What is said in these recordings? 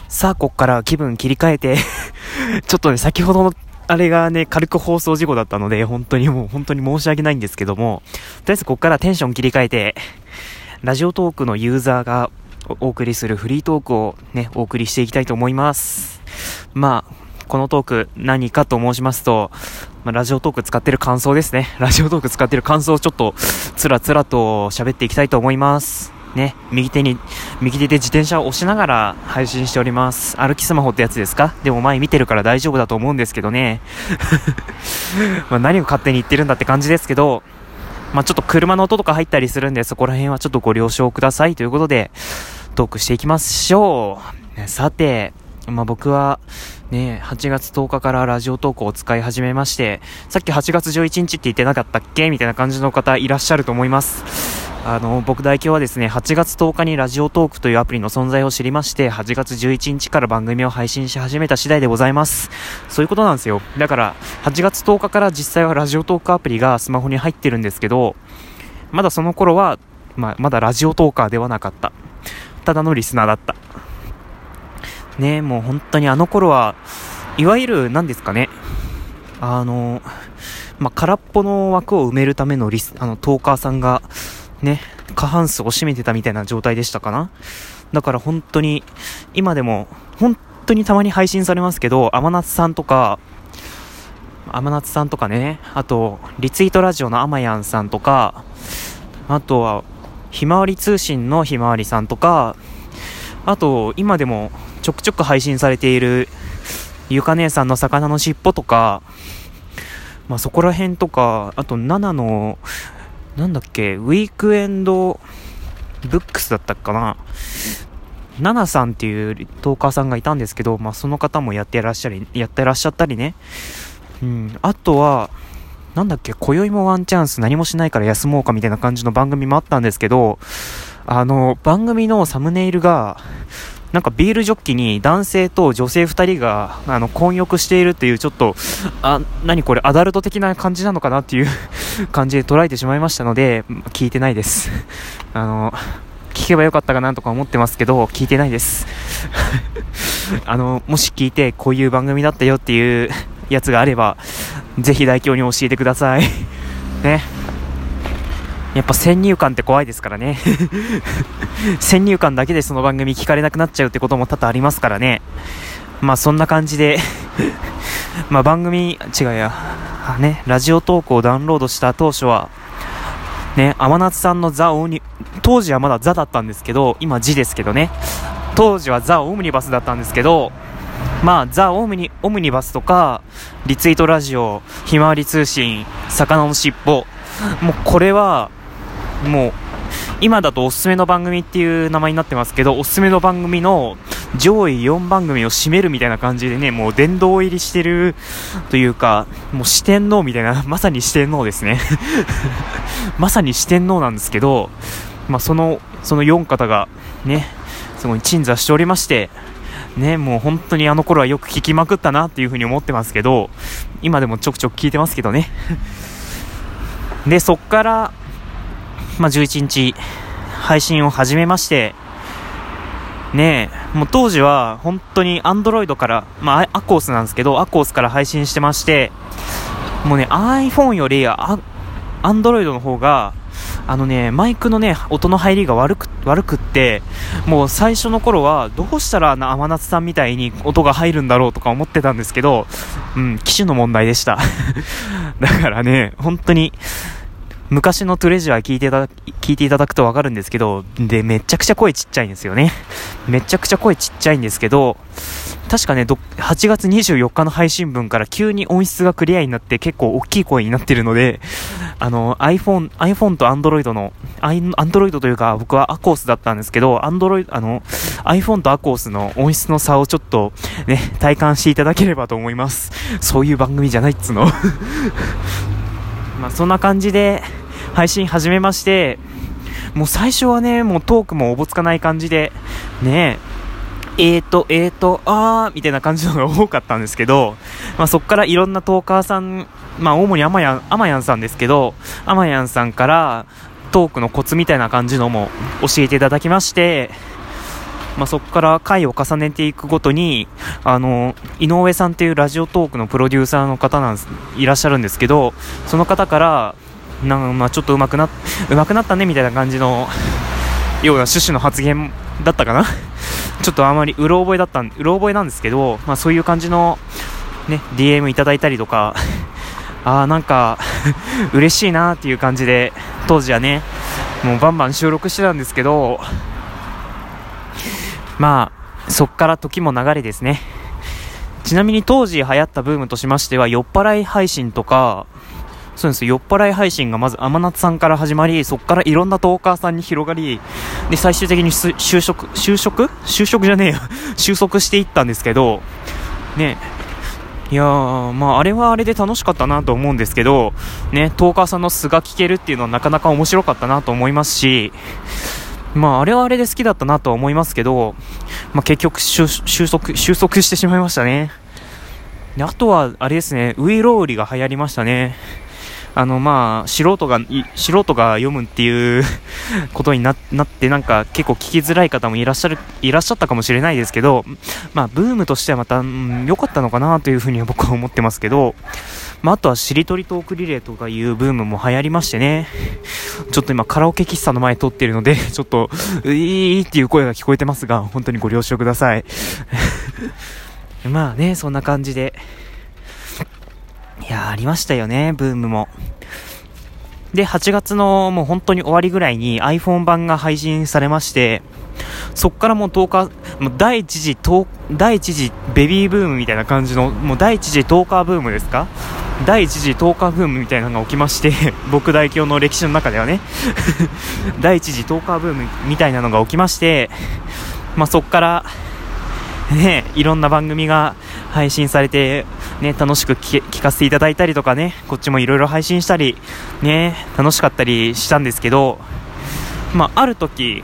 さあ、こっから気分切り替えてちょっとね、先ほどのあれがね、軽く放送事故だったので、本当に申し訳ないんですけども、とりあえずこっからテンション切り替えて、ラジオトークのユーザーがお送りするフリートークをね、お送りしていきたいと思います。まあ、このトーク何かと申しますと、ラジオトーク使ってる感想ですね。ラジオトーク使ってる感想をちょっとつらつらと喋っていきたいと思います。ね、右手で自転車を押しながら配信しております。歩きスマホってやつですか？でも前見てるから大丈夫だと思うんですけどね。何を勝手に言ってるんだって感じですけど、ちょっと車の音とか入ったりするんで、そこら辺はちょっとご了承くださいということで、トークしていきましょう。さて、僕はね、8月10日からラジオトークを使い始めまして、さっき8月11日って言ってなかったっけみたいな感じの方いらっしゃると思います。僕代表はですね、8月10日にラジオトークというアプリの存在を知りまして、8月11日から番組を配信し始めた次第でございます。そういうことなんですよ。だから8月10日から実際はラジオトークアプリがスマホに入ってるんですけど、まだその頃は、まだラジオトーカーではなかった。ただのリスナーだった。ね、もう本当にあの頃はいわゆる何ですかね、空っぽの枠を埋めるためのトーカーさんがね、過半数を占めてたみたいな状態でしたかな。だから本当に今でも本当にたまに配信されますけど、天夏さんとかね、あとリツイートラジオのあまやんさんとか、あとはひまわり通信のひまわりさんとか、あと今でもちょくちょく配信されているゆか姉さんの魚のしっぽとか、そこら辺とか、あと7のなんだっけ、ウィークエンドブックスだったかな、ナナさんっていうトーカーさんがいたんですけど、その方もやってらっしゃったりね。あとはなんだっけ、今宵もワンチャンス、何もしないから休もうかみたいな感じの番組もあったんですけど、番組のサムネイルがなんかビールジョッキに男性と女性2人が混浴しているっていう、ちょっと何これアダルト的な感じなのかなっていう感じで捉えてしまいましたので、聞いてないです。聞けばよかったかなとか思ってますけど、聞いてないです。もし聞いてこういう番組だったよっていうやつがあれば、ぜひ代表に教えてくださいね。やっぱ先入観って怖いですからね。先入観だけでその番組聞かれなくなっちゃうってことも多々ありますからね。そんな感じで番組ラジオトークをダウンロードした当初はね、天夏さんの当時はまだザだったんですけど、今ジですけどね、当時はザ・オムニバスだったんですけど、ザ・オムニバスとかリツイートラジオ、ひまわり通信、魚のしっぽ、もうこれはもう今だとおすすめの番組っていう名前になってますけど、おすすめの番組の上位4番組を占めるみたいな感じでね、もう殿堂入りしてるというか、もう四天王みたいな、まさに四天王ですね。まさに四天王なんですけど、その4方がね、すごい鎮座しておりましてね、もう本当にあの頃はよく聞きまくったなっていう風に思ってますけど、今でもちょくちょく聞いてますけどね。でそっから11日配信を始めましてね、もう当時は本当に Android からアコースなんですけど、アコースから配信してまして、もうね iPhone よりAndroid の方がマイクのね音の入りが悪くって、もう最初の頃はどうしたら天夏さんみたいに音が入るんだろうとか思ってたんですけど、機種の問題でした。だからね、本当に昔のトレジャー聞いていただくと分かるんですけど、でめちゃくちゃ声ちっちゃいんですよね。めちゃくちゃ声ちっちゃいんですけど、確かね8月24日の配信分から急に音質がクリアになって結構大きい声になってるので、iPhone と Android の Android というか、僕はアコースだったんですけど、iPhone とアコースの音質の差をちょっとね体感していただければと思います。そういう番組じゃないっつの。そんな感じで配信始めまして、もう最初はね、もうトークもおぼつかない感じでね、みたいな感じのが多かったんですけど、そっからいろんなトーカーさん、主にあまやんさんですけど、あまやんさんからトークのコツみたいな感じのも教えていただきまして、 そこから回を重ねていくごとに、井上さんっていうラジオトークのプロデューサーの方いらっしゃるんですけど、その方からちょっと上手くなったねみたいな感じのような趣旨の発言だったかなちょっとあまりうろ覚えなんですけど、そういう感じのね DM いただいたりとか、なんか嬉しいなっていう感じで、当時はねもうバンバン収録してたんですけど、そっから時も流れですね。ちなみに当時流行ったブームとしましては、酔っ払い配信とか、そうです、酔っ払い配信がまず天夏さんから始まり、そっからいろんなトーカーさんに広がり、で最終的に収束していったんですけどね。いやー、あれはあれで楽しかったなと思うんですけどね、トーカーさんの素が聞けるっていうのはなかなか面白かったなと思いますし、あれはあれで好きだったなとは思いますけど、結局収束してしまいましたね。であとはあれですね、ウイロウリが流行りましたね。素人が読むっていうことになってなんか結構聞きづらい方もいらっしゃったかもしれないですけど、ブームとしてはまた良かったのかなというふうには僕は思ってますけど、あとはしりとりトークリレーとかいうブームも流行りましてね。ちょっと今カラオケ喫茶の前通っているのでちょっとっていう声が聞こえてますが、本当にご了承くださいそんな感じで、いやありましたよね、ブームも。で8月のもう本当に終わりぐらいに iPhone 版が配信されまして、そっからもう第一次ベビーブームみたいな感じの、もう第一次トーカーブームですか、第一次トーカーブームみたいなのが起きまして僕大京の歴史の中ではね第一次トーカーブームみたいなのが起きまして、そっからねいろんな番組が配信されてね、楽しく聞かせていただいたりとかね、こっちもいろいろ配信したりね、楽しかったりしたんですけど、ある時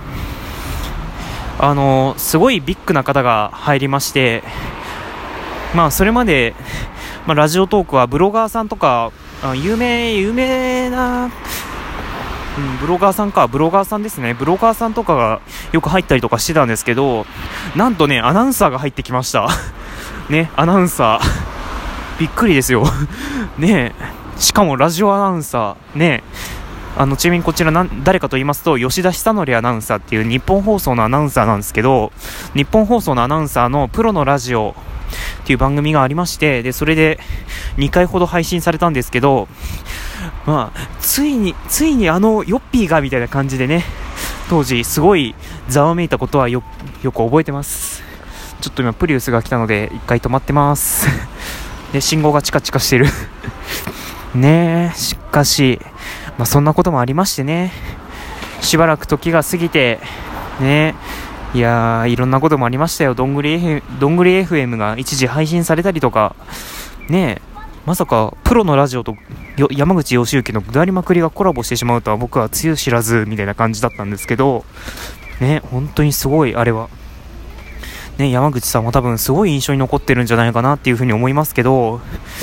すごいビッグな方が入りまして、それまで、ラジオトークはブロガーさんとか有名な、ブロガーさんですね、ブロガーさんとかがよく入ったりとかしてたんですけど、なんとねアナウンサーが入ってきましたね、アナウンサーびっくりですよね。しかもラジオアナウンサーね。ちなみにこちら誰かと言いますと、吉田久典アナウンサーっていう日本放送のアナウンサーなんですけど、日本放送のアナウンサーのプロのラジオっていう番組がありまして、でそれで2回ほど配信されたんですけど、ついにヨッピーがみたいな感じでね、当時すごいざわめいたことはよく覚えてます。ちょっと今プリウスが来たので1回止まってますで信号がチカチカしてるねえ。しかしそんなこともありましてね、しばらく時が過ぎてね、いろんなこともありましたよ。どんぐり FM が一時配信されたりとかね、まさかプロのラジオと山口義行の下りまくりがコラボしてしまうとは僕はつゆ知らずみたいな感じだったんですけどね、本当にすごいあれはね、山口さんも多分すごい印象に残ってるんじゃないかなっていうふうに思いますけど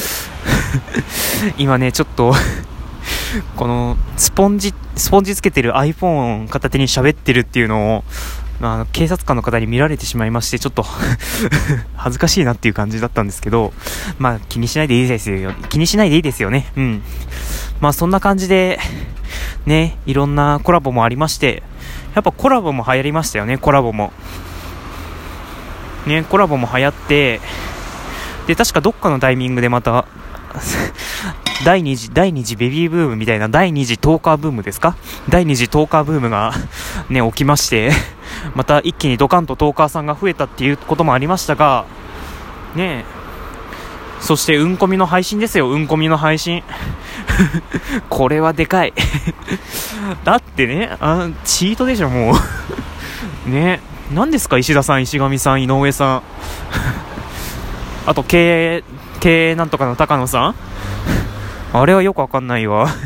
今ねちょっとこのスポンジつけてる iPhone 片手に喋ってるっていうのを、警察官の方に見られてしまいまして、ちょっと恥ずかしいなっていう感じだったんですけど、気にしないでいいですよね。そんな感じでね、いろんなコラボもありまして、やっぱコラボも流行りましたよね。コラボも流行って、で確かどっかのタイミングでまた第二次ベビーブームみたいな、第二次トーカーブームですか、第二次トーカーブームがね起きまして、また一気にドカンとトーカーさんが増えたっていうこともありましたがね。そしてうんこみの配信ですよ。うんこみの配信これはでかいだってね、チートでしょもうね。何ですか、石田さん、石上さん、井上さんあと経営なんとかの高野さんあれはよくわかんないわね。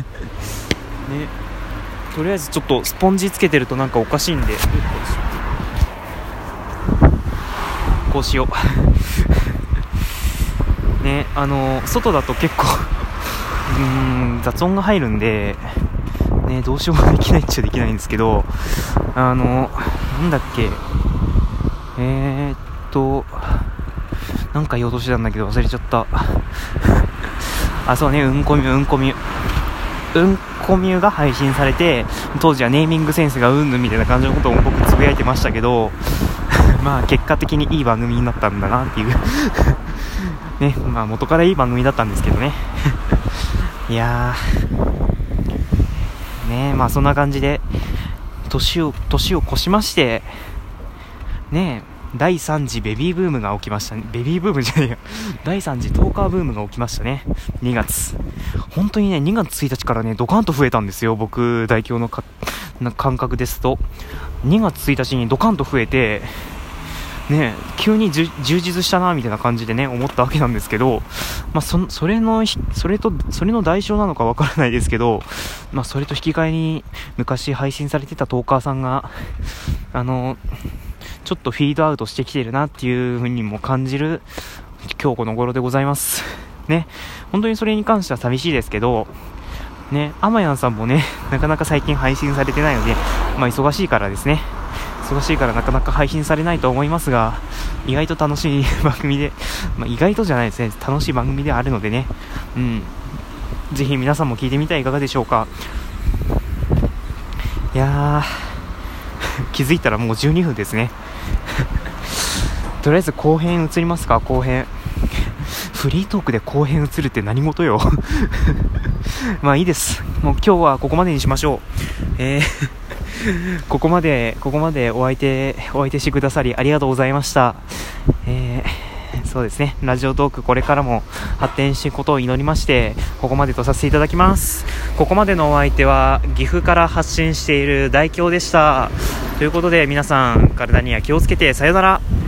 とりあえずちょっとスポンジつけてるとなんかおかしいんで、こうしようね。外だと結構雑音が入るんでね、どうしようもできないっちゃできないんですけど、なんだっけ、 なんか言おうとしてたんだけど忘れちゃったあ、そうね、うんこみゅが配信されて、当時はネーミングセンスがうんぬんみたいな感じのことを僕つぶやいてましたけどまあ結果的にいい番組になったんだなっていうね、まあ元からいい番組だったんですけどねいやーね、まあそんな感じで年を越しましてね、第3次ベビーブームが起きましたね。ベビーブームじゃねえよ第3次トーカーブームが起きましたね。2月本当にね、2月1日からねドカンと増えたんですよ。僕代表の感覚ですと2月1日にドカンと増えてね、急に充実したなみたいな感じでね思ったわけなんですけど、まあ、それの代償なのかわからないですけど、まあ、それと引き換えに昔配信されてたトーカーさんがちょっとフィードアウトしてきてるなっていう風にも感じる今日この頃でございますね。本当にそれに関しては寂しいですけどね、あまやんさんもねなかなか最近配信されてないので、まあ忙しいからなかなか配信されないと思いますが、意外と楽しい番組で、まあ、意外とじゃないですね、楽しい番組であるのでね、ぜひ皆さんも聞いてみてはいかがでしょうか。いやー気づいたらもう12分ですねとりあえず後編移りますか。後編フリートークで後編移るって何事よまあいいです、もう今日はここまでにしましょう。ここまでお相手してくださりありがとうございました。そうですね、ラジオトークこれからも発展していくことを祈りまして、ここまでとさせていただきます。ここまでのお相手は岐阜から発信している大京でした。ということで皆さん体には気をつけてさよなら。